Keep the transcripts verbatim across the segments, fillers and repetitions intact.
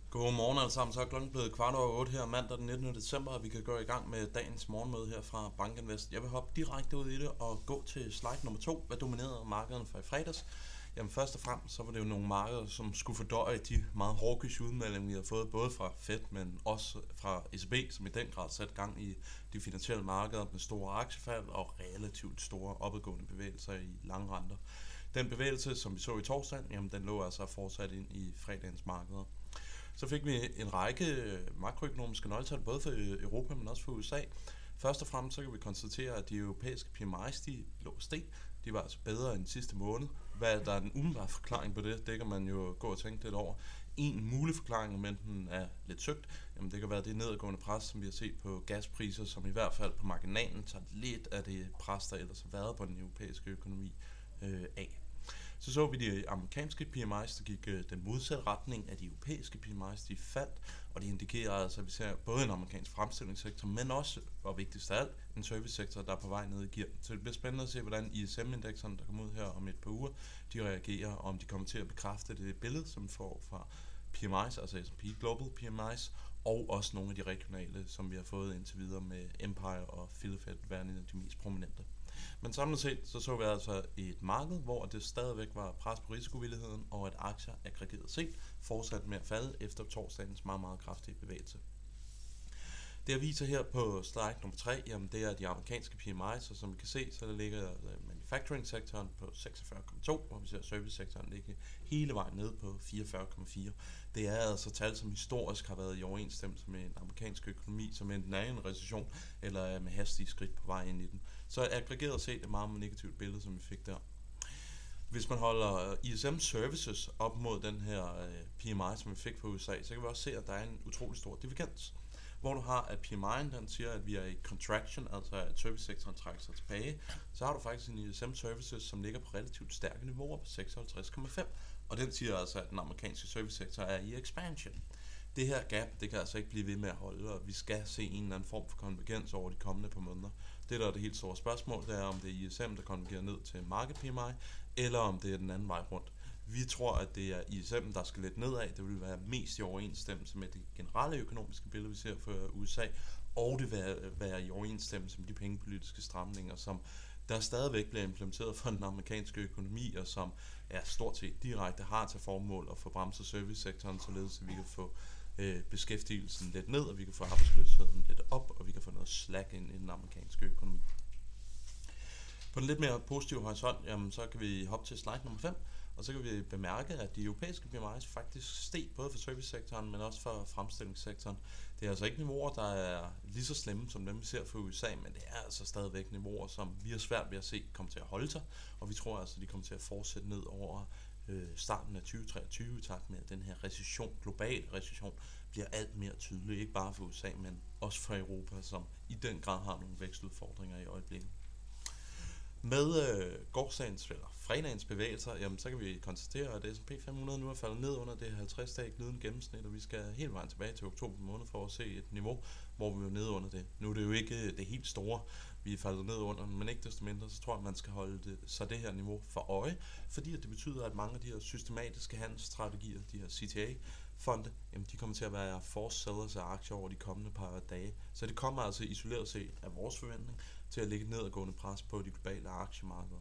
Godmorgen alle sammen, så er klokken blevet kvart over otte her mandag den nittende december, og vi kan gå i gang med dagens morgenmøde her fra BankInvest. Jeg vil hoppe direkte ud i det og gå til slide nummer to. Hvad dominerede markederne fra i fredags? Jamen først og fremmest så var det jo nogle markeder, som skulle fordøje de meget hårdkys udmeldinger, vi har fået både fra Fed, men også fra E C B, som i den grad satte gang i de finansielle markeder med store aktiefald og relativt store opadgående bevægelser i lange renter. Den bevægelse, som vi så i torsdag, jamen den lå altså fortsat ind i fredagens markeder. Så fik vi en række makroøkonomiske nøgletal, både for Europa, men også for U S A. Først og fremmest så kan vi konstatere, at de europæiske P M I's, de lå steg. De var altså bedre end sidste måned. Hvad der er den umiddelbare forklaring på det, det kan man jo gå og tænke lidt over. En mulig forklaring, men den er lidt søgt, jamen det kan være det nedadgående pres, som vi har set på gaspriser, som i hvert fald på marginalen tager lidt af det pres, der ellers har været på den europæiske økonomi øh, af. Så så vi de amerikanske P M I's, der gik øh, den modsatte retning af de europæiske P M I's, de faldt, og det indikerer altså, at vi ser både en amerikansk fremstillingssektor, men også, og vigtigst af alt, en servicesektor, der er på vej ned i gear. Så det bliver spændende at se, hvordan I S M-indekserne, der kommer ud her om et par uger, de reagerer, og om de kommer til at bekræfte det billede, som vi får fra P M I's, altså S and P Global P M I's, og også nogle af de regionale, som vi har fået indtil videre med Empire og Philip værende de mest prominente. Men samlet set så så vi altså et marked, hvor det stadigvæk var pres på risikovilligheden, og at aktier aggregeret set fortsatte med at falde efter torsdagens meget, meget kraftige bevægelse. Det jeg viser her på slide nummer tre, jamen det er de amerikanske P M I's, og som vi kan se, så der ligger manufacturing-sektoren på seksogfyrre komma to, og vi ser servicesektoren ligge hele vejen ned på fireogfyrre komma fire. Det er altså tal, som historisk har været i overensstemmelse med en amerikansk økonomi, som enten er i en recession, eller er med hastige skridt på vej ind i den. Så aggregeret set et meget negativt billede, som vi fik der. Hvis man holder I S M Services op mod den her P M I, som vi fik fra U S A, så kan vi også se, at der er en utrolig stor divergens. Hvor du har, at P M I'en den siger, at vi er i contraction, altså at servicesektoren trækker sig tilbage, så har du faktisk en I S M Services, som ligger på relativt stærke niveauer på seksoghalvtreds komma fem, og den siger altså, at den amerikanske servicesektor er i expansion. Det her gap, det kan altså ikke blive ved med at holde, og vi skal se en eller anden form for konvergens over de kommende par måneder. Det, der er det helt store spørgsmål, det er, om det er I S M, der konvergerer ned til market P M I, eller om det er den anden vej rundt. Vi tror, at det er I S M, der skal lidt nedad. Det vil være mest i overensstemmelse med det generelle økonomiske billede, vi ser for U S A, og det vil være i overensstemmelse med de pengepolitiske stramninger, som der stadigvæk bliver implementeret for den amerikanske økonomi, og som er stort set direkte har til formål at få bremset servicesektoren, således at vi kan få øh, beskæftigelsen lidt ned, og vi kan få arbejdsløsheden lidt op, og vi kan få noget slack ind i den amerikanske økonomi. På den lidt mere positive horisont, jamen, så kan vi hoppe til slide nummer fem, og så kan vi bemærke, at de europæiske P M I's faktisk steg både for servicesektoren, men også for fremstillingssektoren. Det er altså ikke niveauer, der er lige så slemme som dem, vi ser for U S A, men det er altså stadigvæk niveauer, som vi har svært ved at se komme til at holde sig, og vi tror altså, at de kommer til at fortsætte ned over øh, starten af tyve treogtyve, i takt med, at den her recession, global recession, bliver alt mere tydelig, ikke bare for U S A, men også for Europa, som i den grad har nogle vækstudfordringer i øjeblikket. Med øh, gårdsdagens eller fredagens bevægelser, jamen, så kan vi konstatere, at S and P fem hundrede nu er faldet ned under det halvtreds-dage glidende gennemsnit, og vi skal helt vejen tilbage til oktober måned for at se et niveau, hvor vi er nede under det. Nu er det jo ikke det helt store, vi er faldet ned under, men ikke desto mindre, så tror jeg, at man skal holde det, så det her niveau for øje, fordi det betyder, at mange af de her systematiske handelsstrategier, de her C T A-fonde, jamen, de kommer til at være forced sellers af aktier over de kommende par dage. Så det kommer altså isoleret set af vores forventning til at lægge nedadgående pres på de globale aktiemarkeder.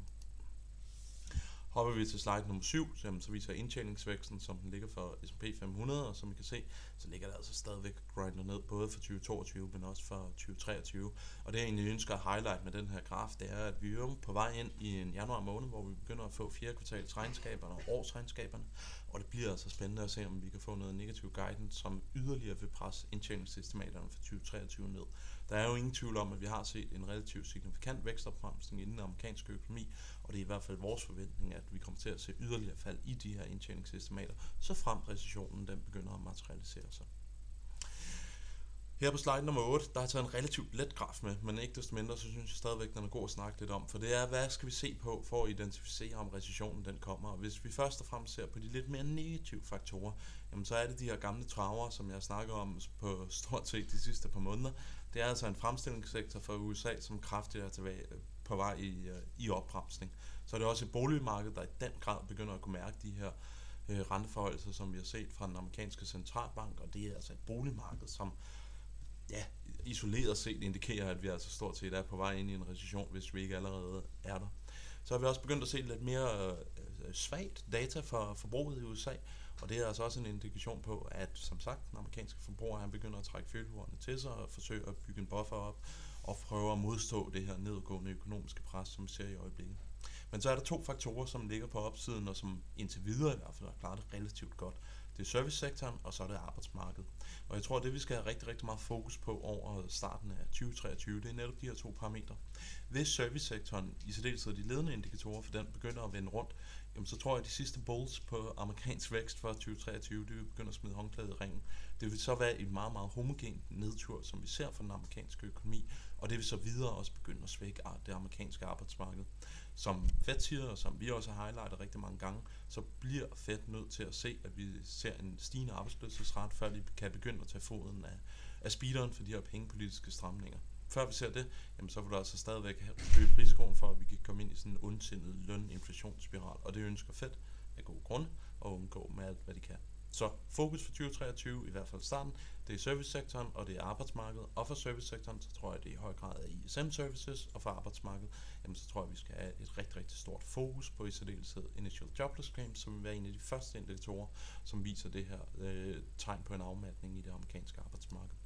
Hopper vi til slide nummer syv, så viser indtjeningsvæksten, som den ligger for S and P fem hundrede, og som I kan se, så ligger der altså stadigvæk grinder ned, både for tyve toogtyve, men også for tyve treogtyve. Og det jeg egentlig ønsker at highlight med den her graf, det er, at vi er på vej ind i en januar måned, hvor vi begynder at få fjerde kvartals regnskaberne og årsregnskaberne, og det bliver altså spændende at se, om vi kan få noget negativ guidance, som yderligere vil presse indtjeningsestimaterne for tyve treogtyve ned. Der er jo ingen tvivl om, at vi har set en relativt signifikant vækstopbremsning i den amerikanske økonomi, og det er i hvert fald vores forventning, at vi kommer til at se yderligere fald i de her indtjeningsestimater, så frem recessionen den begynder at materialisere sig. Her på slide nummer otte, der har jeg taget en relativt let graf med, men ikke desto mindre, så synes jeg stadigvæk, den er god at snakke lidt om, for det er, hvad skal vi se på for at identificere, om recessionen den kommer, og hvis vi først og fremmest ser på de lidt mere negative faktorer, jamen så er det de her gamle traver, som jeg snakker om på stort set de sidste par måneder. Det er altså en fremstillingssektor for U S A, som kraftigt er tilbage, på vej i, i opbremsning. Så er det også et boligmarked, der i den grad begynder at kunne mærke de her øh, renteforholdelser, som vi har set fra den amerikanske centralbank, og det er altså et boligmarked, som ja, isoleret set indikerer, at vi altså stort set er på vej ind i en recession, hvis vi ikke allerede er der. Så har vi også begyndt at se lidt mere øh, svagt data for forbruget i U S A, og det er altså også en indikation på, at som sagt, den amerikanske forbruger han begynder at trække følehornene til sig og forsøger at bygge en buffer op og prøve at modstå det her nedadgående økonomiske pres, som vi ser i øjeblikket. Men så er der to faktorer, som ligger på opsiden, og som indtil videre i hvert fald har klaret det relativt godt. Det er servicesektoren, og så er det arbejdsmarkedet. Og jeg tror, at det vi skal have rigtig, rigtig meget fokus på over starten af tyve treogtyve, det er netop de her to parametre. Hvis servicesektoren, i særdeleshed de ledende indikatorer for den, begynder at vende rundt, jamen så tror jeg, at de sidste bulls på amerikansk vækst for tyve treogtyve, det vil begynde at smide håndklædet i ringen. Det vil så være en meget, meget homogen nedtur, som vi ser for den amerikanske økonomi, og det vil så videre også begynde at svække det amerikanske arbejdsmarked. Som Fed siger, og som vi også har highlightet rigtig mange gange, så bliver Fed nødt til at se, at vi ser en stigende arbejdsløshedsret, før de kan begynde at tage foden af, af speederen for de her pengepolitiske stramninger. Før vi ser det, jamen så vil der altså stadigvæk øge risikoen for, at vi kan komme ind i sådan en ondsindet løn-inflationsspiral, og det ønsker Fed af gode grunde at undgå med alt, hvad de kan. Så fokus for tyve treogtyve, i hvert fald starten, det er servicesektoren, og det er arbejdsmarkedet. Og for servicesektoren, så tror jeg, at det i høj grad er I S M-services, og for arbejdsmarkedet, jamen så tror jeg, at vi skal have et rigtig, rigtig stort fokus på i særdeleshed Initial Jobless Claims, som vil være en af de første indikatorer, som viser det her øh, tegn på en afmatning i det amerikanske arbejdsmarked.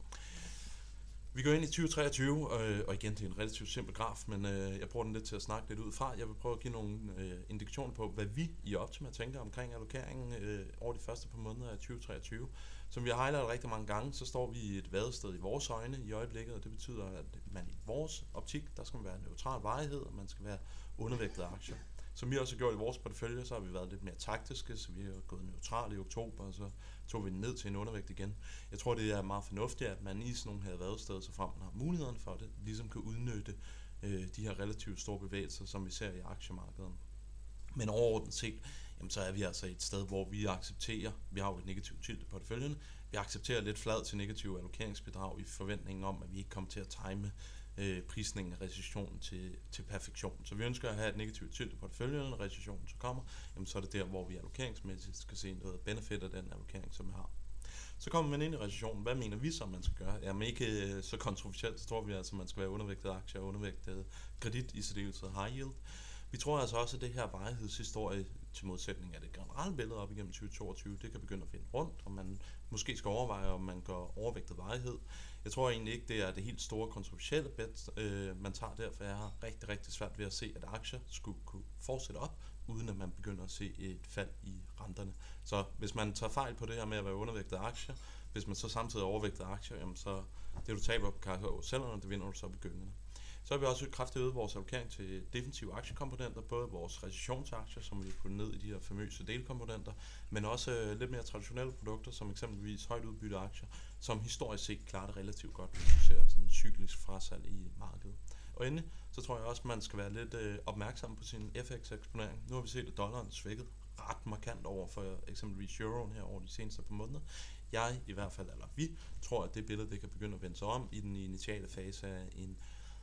Vi går ind i tyve treogtyve, øh, og igen, det er en relativt simpel graf, men øh, jeg bruger den lidt til at snakke lidt ud fra. Jeg vil prøve at give nogle øh, indikationer på, hvad vi i Optima tænker omkring allokeringen øh, over de første par måneder af tyve treogtyve. Som vi har highlightet rigtig mange gange, så står vi i et vadested i vores øjne i øjeblikket, og det betyder, at man i vores optik, der skal man være neutral varighed, og man skal være undervægtet aktier. Som vi også har gjort i vores portefølje, så har vi været lidt mere taktiske, så vi har gået neutrale i oktober, og så tog vi den ned til en undervægt igen. Jeg tror, det er meget fornuftigt, at man i sådan nogle her vadesteder, så frem man har mulighederne for det, ligesom kan udnytte øh, de her relativt store bevægelser, som vi ser i aktiemarkedet. Men overordnet set, jamen, så er vi altså et sted, hvor vi accepterer, vi har jo et negativt tilt i porteføljen, vi accepterer lidt flad til negativ allokeringsbidrag i forventningen om, at vi ikke kommer til at time øh, prisningen af recessionen til, til perfektion. Så vi ønsker at have et negativt tilt i porteføljen, når recessionen så kommer, jamen, så er det der, hvor vi allokeringsmæssigt skal se noget benefit af den allokering, som vi har. Så kommer man ind i recessionen. Hvad mener vi så, man skal gøre? Jamen ikke øh, så kontroversielt, så tror vi altså, at man skal være undervægtet aktier og undervægtet kredit i særdeleshed high yield. Vi tror altså også, at det her varighedshistorie til modsætning af det generelle billede op igennem tyve toogtyve, det kan begynde at finde rundt, og man måske skal overveje, om man går overvægtet varighed. Jeg tror egentlig ikke, det er det helt store kontroversielle bet, øh, man tager der, for jeg har rigtig, rigtig svært ved at se, at aktier skulle kunne fortsætte op, uden at man begynder at se et fald i renterne. Så hvis man tager fejl på det her med at være undervægtet aktier, hvis man så samtidig er overvægtet aktier, jamen så det du taber på karusellerne, det vinder du så på gyngerne. Så har vi også kraftigt øget vores allokering til defensive aktiekomponenter, både vores recessionsaktier, som vi har puttet ned i de her famøse delkomponenter, men også øh, lidt mere traditionelle produkter, som eksempelvis højt udbytte aktier, som historisk set klarer det relativt godt, hvis du ser sådan en cyklisk frasalg i markedet. Og endelig, så tror jeg også, at man skal være lidt øh, opmærksom på sin F X-eksponering. Nu har vi set, at dollaren er svækket ret markant over for eksempelvis euroen her over de seneste par måneder. Jeg i hvert fald, eller vi, tror, at det billede det kan begynde at vende sig om i den initiale fase af en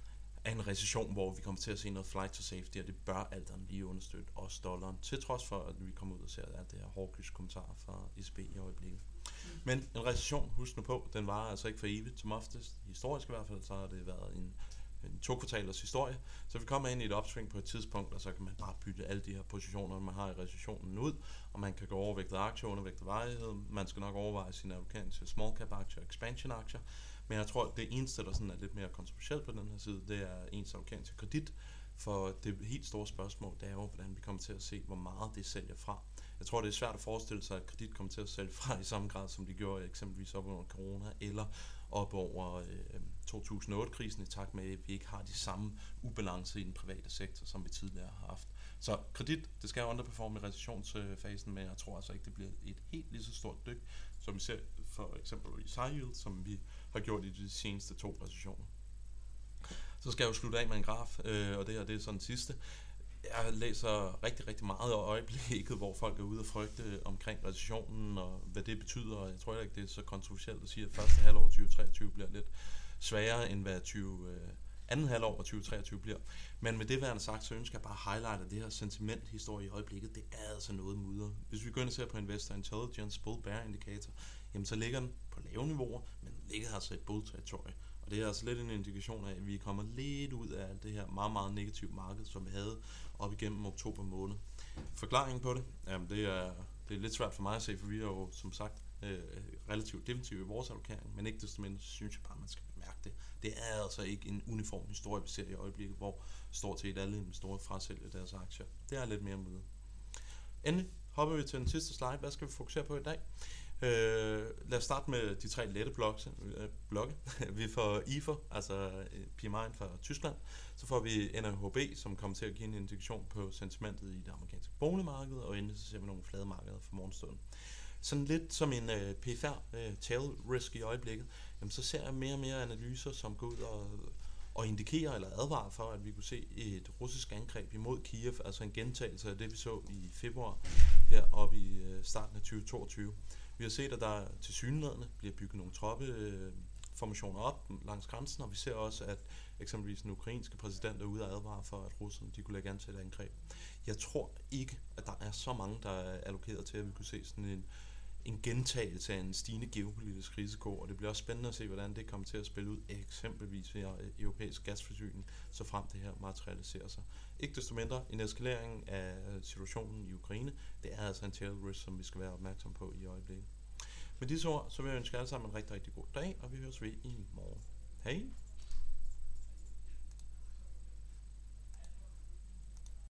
af en recession, hvor vi kommer til at se noget flight to safety, og det bør alt andet lige understøtte også dollaren, til trods for, at vi kommer ud og ser alt det her hårdkysk kommentar fra E C B i øjeblikket. Men en recession, husk nu på, den varer altså ikke for evigt, som oftest. Historisk i hvert fald, så har det været en, en to kvartalers historie, så vi kommer ind i et opsving på et tidspunkt, og så kan man bare bytte alle de her positioner, man har i recessionen ud, og man kan gå overvægtet aktier, undervægtet varighed, man skal nok overveje sin allokering til small cap aktier, expansion aktier. Men jeg tror, at det eneste, der sådan er lidt mere kontroversielt på den her side, det er ens allokering til kredit. For det helt store spørgsmål, det er jo, hvordan vi kommer til at se, hvor meget det sælger fra. Jeg tror, det er svært at forestille sig, at kredit kommer til at sælge fra i samme grad, som det gjorde eksempelvis op under corona, eller op over øh, to tusind og otte-krisen, i takt med, at vi ikke har de samme ubalancer i den private sektor, som vi tidligere har haft. Så kredit, det skal underperforme i recessionsfasen, men jeg tror altså ikke, det bliver et helt lige så stort dyk, som vi ser for eksempel i high yield, som vi har gjort i de seneste to recessioner. Så skal jeg jo slutte af med en graf, øh, og det her det er sådan den sidste. Jeg læser rigtig, rigtig meget af øjeblikket, hvor folk er ude og frygte omkring recessionen og hvad det betyder, og jeg tror ikke, det er så kontroversielt at sige, at første halvår tyve treogtyve bliver lidt sværere end hvad tyve anden halvår af tyve treogtyve bliver. Men med det værende sagt, så ønsker jeg bare at highlighte, at det her sentimenthistorie i øjeblikket, det er altså noget mudder. Hvis vi går ind og ser på Investor Intelligence Bull Bear Indicator, jamen så ligger den på lave niveauer, men den ligger altså i et bull-territorie. Og det er altså lidt en indikation af, at vi kommer lidt ud af alt det her meget, meget negative marked, som vi havde op igennem oktober måned. Forklaringen på det, jamen det er, det er lidt svært for mig at se, for vi er jo som sagt øh, relativt defensive i vores allokering, men ikke desto mindre synes jeg bare, at man skal bemærke det. Det er altså ikke en uniform historie, vi ser i øjeblikket, hvor stort set alle investorer frasælger deres aktier. Det er lidt mere møde. Endelig hopper vi til den sidste slide. Hvad skal vi fokusere på i dag? Øh, lad os starte med de tre lette blokke. blokke. Vi får I F O, altså P M I'en fra Tyskland. Så får vi N H B, som kommer til at give en indikation på sentimentet i det amerikanske boligmarked, og endelig så ser vi nogle flade markeder for morgenstunden. Sådan lidt som en uh, P F R uh, tail risk i øjeblikket, jamen så ser jeg mere og mere analyser, som går ud og, og indikerer eller advarer for, at vi kunne se et russisk angreb imod Kiev, altså en gentagelse af det, vi så i februar heroppe i uh, starten af tyve toogtyve. Vi har set, at der tilsyneladende bliver bygget nogle troppeformationer op langs grænsen, og vi ser også, at eksempelvis den ukrainske præsident er ude og advare for, at russerne de kunne lægge an til et angreb. Jeg tror ikke, at der er så mange, der er allokeret til, at vi kunne se sådan en, en gentagelse af en stigende geopolitisk risiko, og det bliver også spændende at se, hvordan det kommer til at spille ud, eksempelvis ved europæisk gasforsyning, så frem det her materialiserer sig. Ikke desto mindre, en eskalering af situationen i Ukraine, det er altså en tail risk, som vi skal være opmærksom på i øjeblikket. Med disse ord, så vil jeg ønske alle sammen en rigtig, rigtig god dag, og vi høres ved i morgen. Hej!